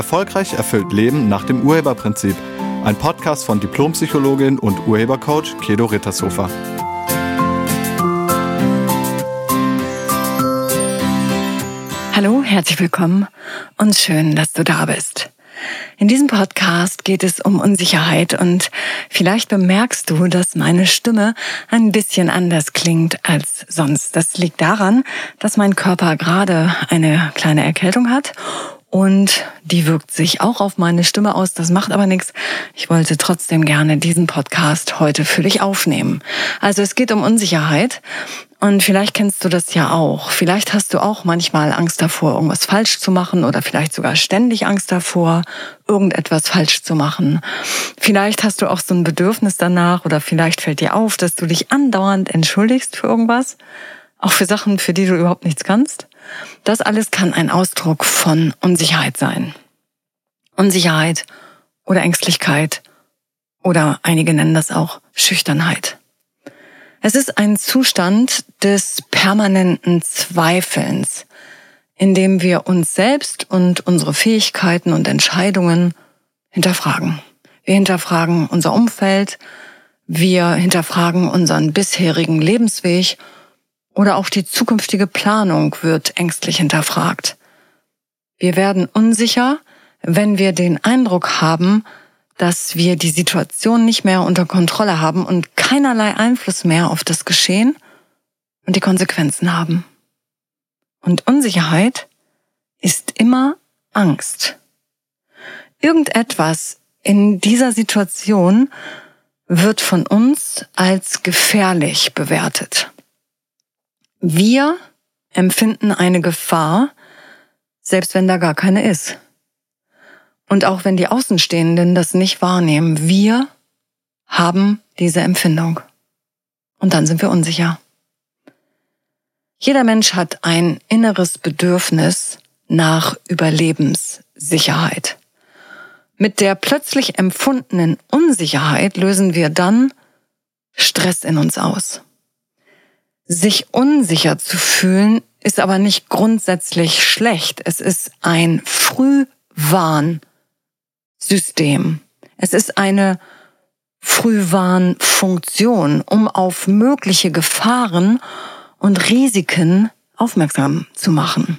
Erfolgreich erfüllt Leben nach dem Urheberprinzip. Ein Podcast von Diplompsychologin und Urhebercoach Kedo Rittershofer. Hallo, herzlich willkommen und schön, dass du da bist. In diesem Podcast geht es um Unsicherheit und vielleicht bemerkst du, dass meine Stimme ein bisschen anders klingt als sonst. Das liegt daran, dass mein Körper gerade eine kleine Erkältung hat und die wirkt sich auch auf meine Stimme aus. Das macht aber nichts. Ich wollte trotzdem gerne diesen Podcast heute für dich aufnehmen. Also es geht um Unsicherheit. Und vielleicht kennst du das ja auch. Vielleicht hast du auch manchmal Angst davor, irgendwas falsch zu machen oder vielleicht sogar ständig Angst davor, irgendetwas falsch zu machen. Vielleicht hast du auch so ein Bedürfnis danach oder vielleicht fällt dir auf, dass du dich andauernd entschuldigst für irgendwas, auch für Sachen, für die du überhaupt nichts kannst. Das alles kann ein Ausdruck von Unsicherheit sein. Unsicherheit oder Ängstlichkeit oder einige nennen das auch Schüchternheit. Es ist ein Zustand des permanenten Zweifelns, in dem wir uns selbst und unsere Fähigkeiten und Entscheidungen hinterfragen. Wir hinterfragen unser Umfeld, wir hinterfragen unseren bisherigen Lebensweg oder auch die zukünftige Planung wird ängstlich hinterfragt. Wir werden unsicher, wenn wir den Eindruck haben, dass wir die Situation nicht mehr unter Kontrolle haben und keinerlei Einfluss mehr auf das Geschehen und die Konsequenzen haben. Und Unsicherheit ist immer Angst. Irgendetwas in dieser Situation wird von uns als gefährlich bewertet. Wir empfinden eine Gefahr, selbst wenn da gar keine ist. Und auch wenn die Außenstehenden das nicht wahrnehmen, wir haben diese Empfindung. Und dann sind wir unsicher. Jeder Mensch hat ein inneres Bedürfnis nach Überlebenssicherheit. Mit der plötzlich empfundenen Unsicherheit lösen wir dann Stress in uns aus. Sich unsicher zu fühlen, ist aber nicht grundsätzlich schlecht. Es ist ein Frühwarnsystem. Es ist eine Frühwarnfunktion, um auf mögliche Gefahren und Risiken aufmerksam zu machen.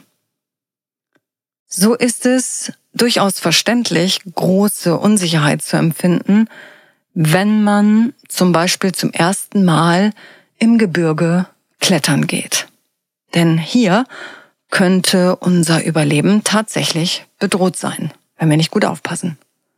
So ist es durchaus verständlich, große Unsicherheit zu empfinden, wenn man zum Beispiel zum ersten Mal im Gebirge klettern geht. Denn hier könnte unser Überleben tatsächlich bedroht sein, wenn wir nicht gut aufpassen.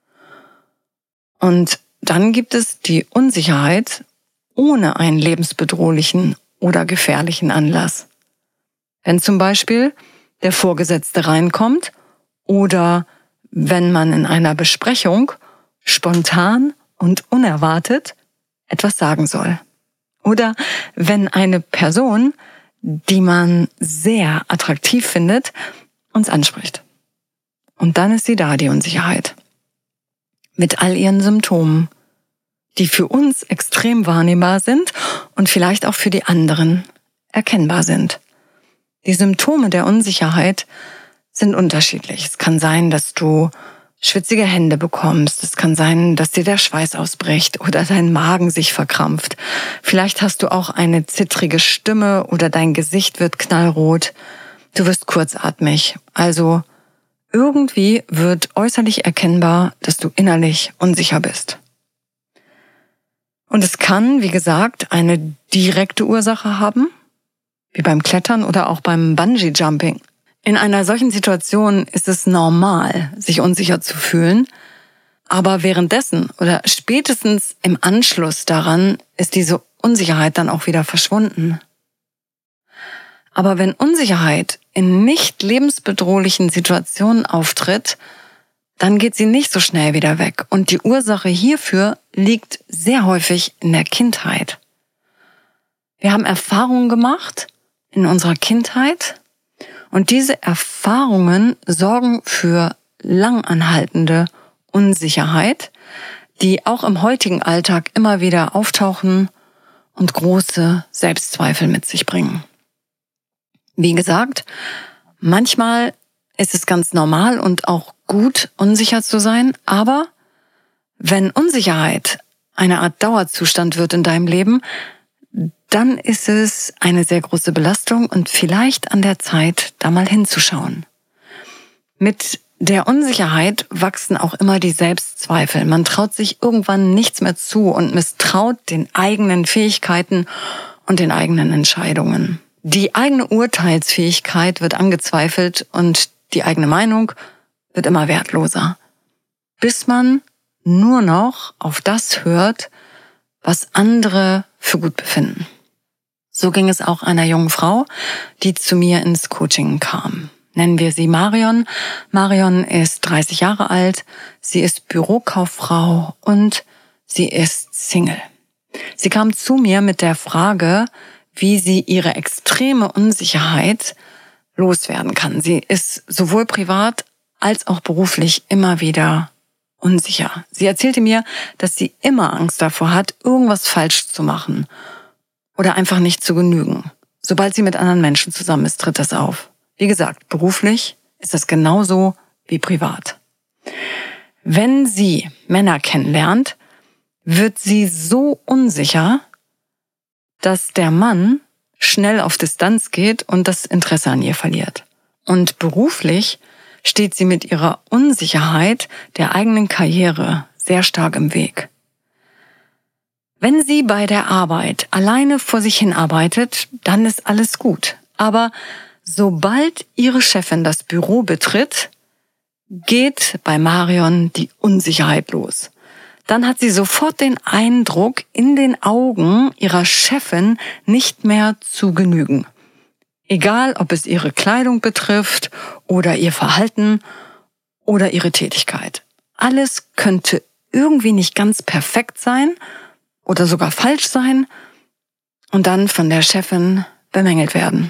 Und dann gibt es die Unsicherheit ohne einen lebensbedrohlichen oder gefährlichen Anlass. Wenn zum Beispiel der Vorgesetzte reinkommt oder wenn man in einer Besprechung spontan und unerwartet etwas sagen soll. Oder wenn eine Person, die man sehr attraktiv findet, uns anspricht. Und dann ist sie da, die Unsicherheit. Mit all ihren Symptomen, die für uns extrem wahrnehmbar sind und vielleicht auch für die anderen erkennbar sind. Die Symptome der Unsicherheit sind unterschiedlich. Es kann sein, dass du schwitzige Hände bekommst. Es kann sein, dass dir der Schweiß ausbricht oder dein Magen sich verkrampft. Vielleicht hast du auch eine zittrige Stimme oder dein Gesicht wird knallrot. Du wirst kurzatmig. Also irgendwie wird äußerlich erkennbar, dass du innerlich unsicher bist. Und es kann, wie gesagt, eine direkte Ursache haben, wie beim Klettern oder auch beim Bungee-Jumping. In einer solchen Situation ist es normal, sich unsicher zu fühlen, aber währenddessen oder spätestens im Anschluss daran ist diese Unsicherheit dann auch wieder verschwunden. Aber wenn Unsicherheit in nicht lebensbedrohlichen Situationen auftritt, dann geht sie nicht so schnell wieder weg. Und die Ursache hierfür liegt sehr häufig in der Kindheit. Wir haben Erfahrungen gemacht in unserer Kindheit und diese Erfahrungen sorgen für langanhaltende Unsicherheit, die auch im heutigen Alltag immer wieder auftauchen und große Selbstzweifel mit sich bringen. Wie gesagt, manchmal ist es ganz normal und auch gut, unsicher zu sein, aber wenn Unsicherheit eine Art Dauerzustand wird in deinem Leben, dann ist es eine sehr große Belastung und vielleicht an der Zeit, da mal hinzuschauen. Mit der Unsicherheit wachsen auch immer die Selbstzweifel. Man traut sich irgendwann nichts mehr zu und misstraut den eigenen Fähigkeiten und den eigenen Entscheidungen. Die eigene Urteilsfähigkeit wird angezweifelt und die eigene Meinung wird immer wertloser, bis man nur noch auf das hört, was andere für gut befinden. So ging es auch einer jungen Frau, die zu mir ins Coaching kam. Nennen wir sie Marion. Marion ist 30 Jahre alt, sie ist Bürokauffrau und sie ist Single. Sie kam zu mir mit der Frage, wie sie ihre extreme Unsicherheit loswerden kann. Sie ist sowohl privat als auch beruflich immer wieder unsicher. Sie erzählte mir, dass sie immer Angst davor hat, irgendwas falsch zu machen oder einfach nicht zu genügen. Sobald sie mit anderen Menschen zusammen ist, tritt das auf. Wie gesagt, beruflich ist das genauso wie privat. Wenn sie Männer kennenlernt, wird sie so unsicher, dass der Mann schnell auf Distanz geht und das Interesse an ihr verliert. Und beruflich steht sie mit ihrer Unsicherheit der eigenen Karriere sehr stark im Weg. Wenn sie bei der Arbeit alleine vor sich hin arbeitet, dann ist alles gut. Aber sobald ihre Chefin das Büro betritt, geht bei Marion die Unsicherheit los. Dann hat sie sofort den Eindruck, in den Augen ihrer Chefin nicht mehr zu genügen. Egal, ob es ihre Kleidung betrifft oder ihr Verhalten oder ihre Tätigkeit. Alles könnte irgendwie nicht ganz perfekt sein oder sogar falsch sein und dann von der Chefin bemängelt werden.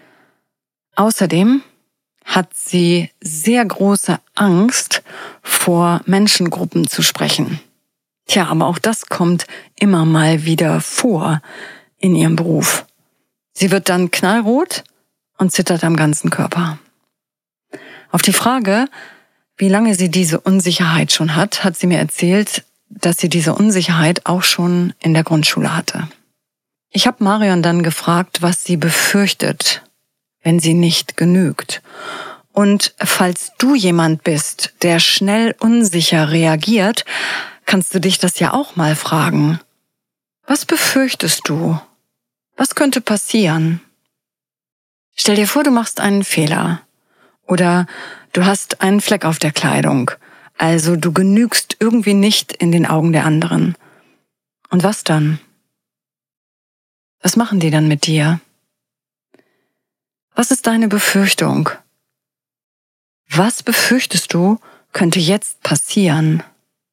Außerdem hat sie sehr große Angst, vor Menschengruppen zu sprechen. Tja, aber auch das kommt immer mal wieder vor in ihrem Beruf. Sie wird dann knallrot und zittert am ganzen Körper. Auf die Frage, wie lange sie diese Unsicherheit schon hat, hat sie mir erzählt, dass sie diese Unsicherheit auch schon in der Grundschule hatte. Ich habe Marion dann gefragt, was sie befürchtet, wenn sie nicht genügt. Und falls du jemand bist, der schnell unsicher reagiert, kannst du dich das ja auch mal fragen. Was befürchtest du? Was könnte passieren? Stell dir vor, du machst einen Fehler oder du hast einen Fleck auf der Kleidung. Also du genügst irgendwie nicht in den Augen der anderen. Und was dann? Was machen die dann mit dir? Was ist deine Befürchtung? Was befürchtest du, könnte jetzt passieren?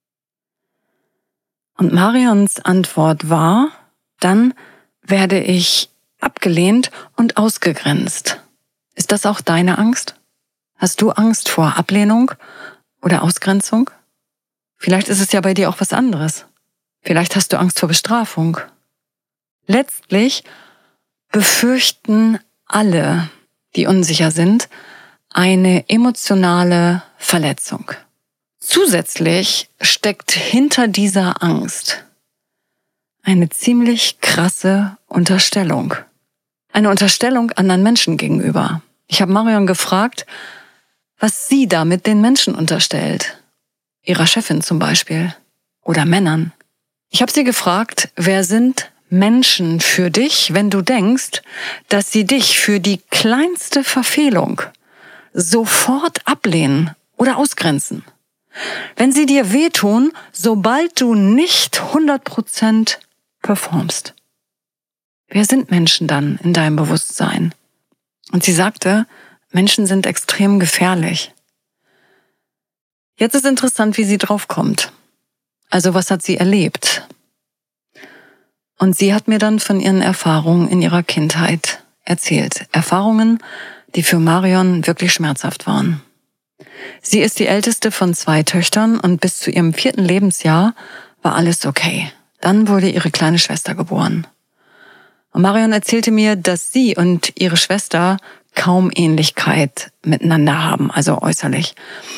Und Marions Antwort war, dann werde ich abgelehnt und ausgegrenzt. Ist das auch deine Angst? Hast du Angst vor Ablehnung oder Ausgrenzung? Vielleicht ist es ja bei dir auch was anderes. Vielleicht hast du Angst vor Bestrafung. Letztlich befürchten alle, die unsicher sind, eine emotionale Verletzung. Zusätzlich steckt hinter dieser Angst eine ziemlich krasse Unterstellung. Eine Unterstellung anderen Menschen gegenüber. Ich habe Marion gefragt, was sie damit den Menschen unterstellt. Ihrer Chefin zum Beispiel. Oder Männern. Ich habe sie gefragt, wer sind Menschen für dich, wenn du denkst, dass sie dich für die kleinste Verfehlung sofort ablehnen oder ausgrenzen. Wenn sie dir wehtun, sobald du nicht 100% performst. Wer sind Menschen dann in deinem Bewusstsein? Und sie sagte, Menschen sind extrem gefährlich. Jetzt ist interessant, wie sie drauf kommt. Also was hat sie erlebt? Und sie hat mir dann von ihren Erfahrungen in ihrer Kindheit erzählt. Erfahrungen, die für Marion wirklich schmerzhaft waren. Sie ist die älteste von 2 Töchtern und bis zu ihrem 4. Lebensjahr war alles okay. Dann wurde ihre kleine Schwester geboren. Und Marion erzählte mir, dass sie und ihre Schwester kaum Ähnlichkeit miteinander haben, also äußerlich.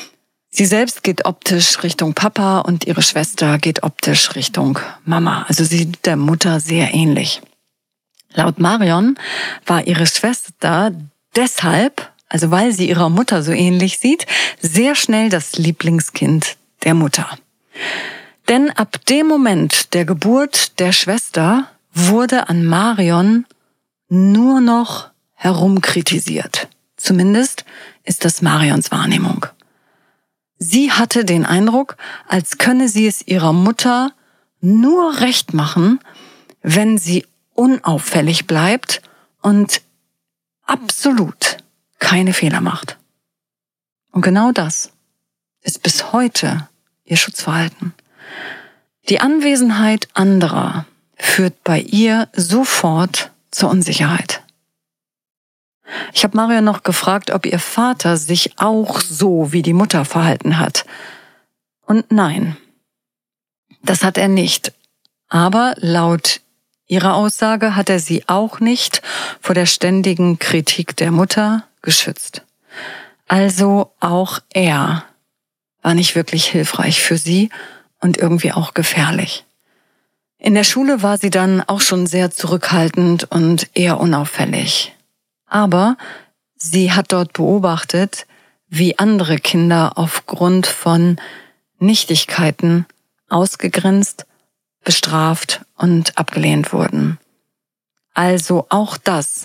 Sie selbst geht optisch Richtung Papa und ihre Schwester geht optisch Richtung Mama. Also sie sieht der Mutter sehr ähnlich. Laut Marion war ihre Schwester deshalb, also weil sie ihrer Mutter so ähnlich sieht, sehr schnell das Lieblingskind der Mutter. Denn ab dem Moment der Geburt der Schwester wurde an Marion nur noch herumkritisiert. Zumindest ist das Marions Wahrnehmung. Sie hatte den Eindruck, als könne sie es ihrer Mutter nur recht machen, wenn sie unauffällig bleibt und absolut keine Fehler macht. Und genau das ist bis heute ihr Schutzverhalten. Die Anwesenheit anderer führt bei ihr sofort zur Unsicherheit. Ich habe Marion noch gefragt, ob ihr Vater sich auch so wie die Mutter verhalten hat. Und nein, das hat er nicht. Aber laut ihrer Aussage hat er sie auch nicht vor der ständigen Kritik der Mutter geschützt. Also auch er war nicht wirklich hilfreich für sie und irgendwie auch gefährlich. In der Schule war sie dann auch schon sehr zurückhaltend und eher unauffällig. Aber sie hat dort beobachtet, wie andere Kinder aufgrund von Nichtigkeiten ausgegrenzt, bestraft und abgelehnt wurden. Also auch das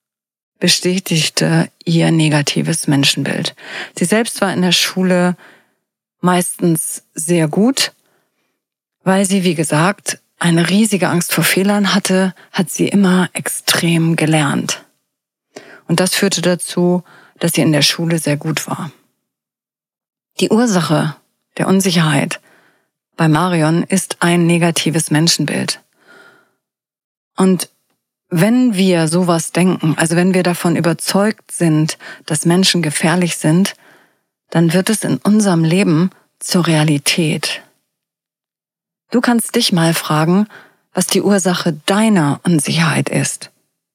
bestätigte ihr negatives Menschenbild. Sie selbst war in der Schule meistens sehr gut, weil sie, wie gesagt, eine riesige Angst vor Fehlern hatte, hat sie immer extrem gelernt. Und das führte dazu, dass sie in der Schule sehr gut war. Die Ursache der Unsicherheit bei Marion ist ein negatives Menschenbild. Und wenn wir sowas denken, also wenn wir davon überzeugt sind, dass Menschen gefährlich sind, dann wird es in unserem Leben zur Realität. Du kannst dich mal fragen, was die Ursache deiner Unsicherheit ist.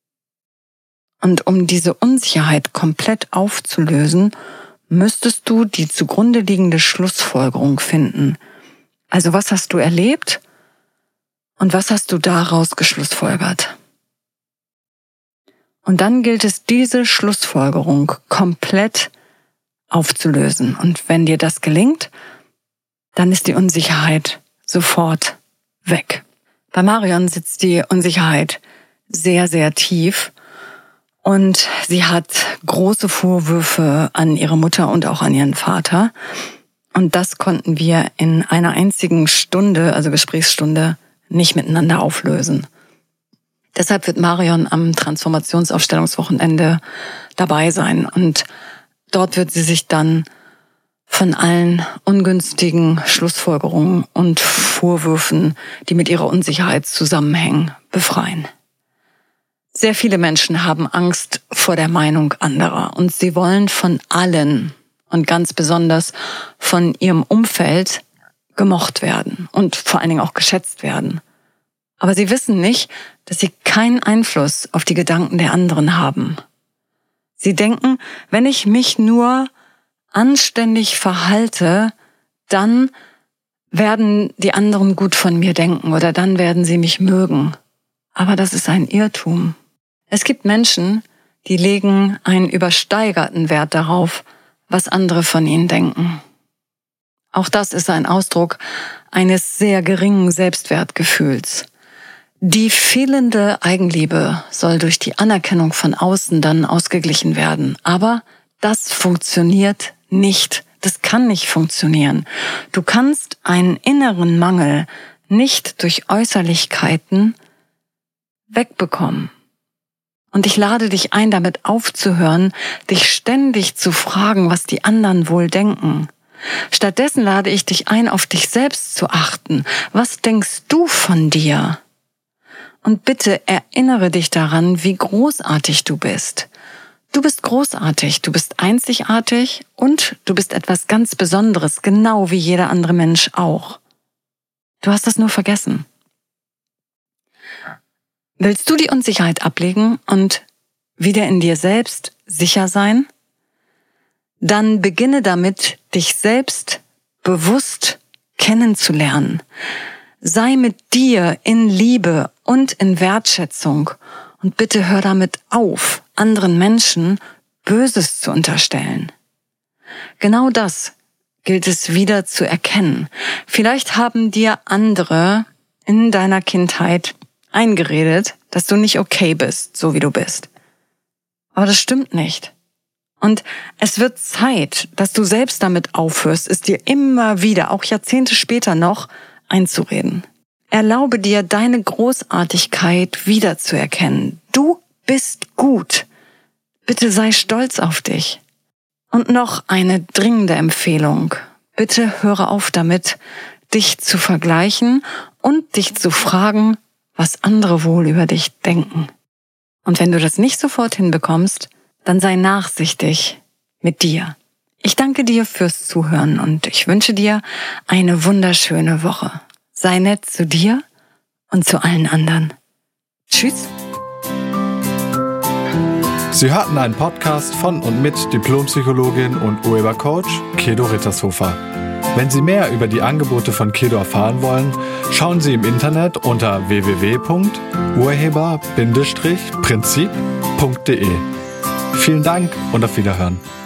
Und um diese Unsicherheit komplett aufzulösen, müsstest du die zugrunde liegende Schlussfolgerung finden. Also was hast du erlebt und was hast du daraus geschlussfolgert? Und dann gilt es, diese Schlussfolgerung komplett aufzulösen. Und wenn dir das gelingt, dann ist die Unsicherheit sofort weg. Bei Marion sitzt die Unsicherheit sehr, sehr tief. Und sie hat große Vorwürfe an ihre Mutter und auch an ihren Vater. Und das konnten wir in einer einzigen Stunde, also Gesprächsstunde, nicht miteinander auflösen. Deshalb wird Marion am Transformationsaufstellungswochenende dabei sein. Und dort wird sie sich dann von allen ungünstigen Schlussfolgerungen und Vorwürfen, die mit ihrer Unsicherheit zusammenhängen, befreien. Sehr viele Menschen haben Angst vor der Meinung anderer und sie wollen von allen und ganz besonders von ihrem Umfeld gemocht werden und vor allen Dingen auch geschätzt werden. Aber sie wissen nicht, dass sie keinen Einfluss auf die Gedanken der anderen haben. Sie denken, wenn ich mich nur anständig verhalte, dann werden die anderen gut von mir denken oder dann werden sie mich mögen. Aber das ist ein Irrtum. Es gibt Menschen, die legen einen übersteigerten Wert darauf, was andere von ihnen denken. Auch das ist ein Ausdruck eines sehr geringen Selbstwertgefühls. Die fehlende Eigenliebe soll durch die Anerkennung von außen dann ausgeglichen werden. Aber das funktioniert nicht. Das kann nicht funktionieren. Du kannst einen inneren Mangel nicht durch Äußerlichkeiten wegbekommen. Und ich lade dich ein, damit aufzuhören, dich ständig zu fragen, was die anderen wohl denken. Stattdessen lade ich dich ein, auf dich selbst zu achten. Was denkst du von dir? Und bitte erinnere dich daran, wie großartig du bist. Du bist großartig, du bist einzigartig und du bist etwas ganz Besonderes, genau wie jeder andere Mensch auch. Du hast das nur vergessen. Willst du die Unsicherheit ablegen und wieder in dir selbst sicher sein? dann beginne damit, dich selbst bewusst kennenzulernen. Sei mit dir in Liebe und in Wertschätzung und bitte hör damit auf, anderen Menschen Böses zu unterstellen. Genau das gilt es wieder zu erkennen. Vielleicht haben dir andere in deiner Kindheit eingeredet, dass du nicht okay bist, so wie du bist. Aber das stimmt nicht. Und es wird Zeit, dass du selbst damit aufhörst, es dir immer wieder, auch Jahrzehnte später noch, einzureden. Erlaube dir, deine Großartigkeit wiederzuerkennen. Du bist gut. Bitte sei stolz auf dich. Und noch eine dringende Empfehlung. Bitte höre auf damit, dich zu vergleichen und dich zu fragen, was andere wohl über dich denken. Und wenn du das nicht sofort hinbekommst, dann sei nachsichtig mit dir. Ich danke dir fürs Zuhören und ich wünsche dir eine wunderschöne Woche. Sei nett zu dir und zu allen anderen. Tschüss. Sie hörten einen Podcast von und mit Diplompsychologin und Urhebercoach Kedo Rittershofer. Wenn Sie mehr über die Angebote von Kedo erfahren wollen, schauen Sie im Internet unter www.urheber-prinzip.de. Vielen Dank und auf Wiederhören.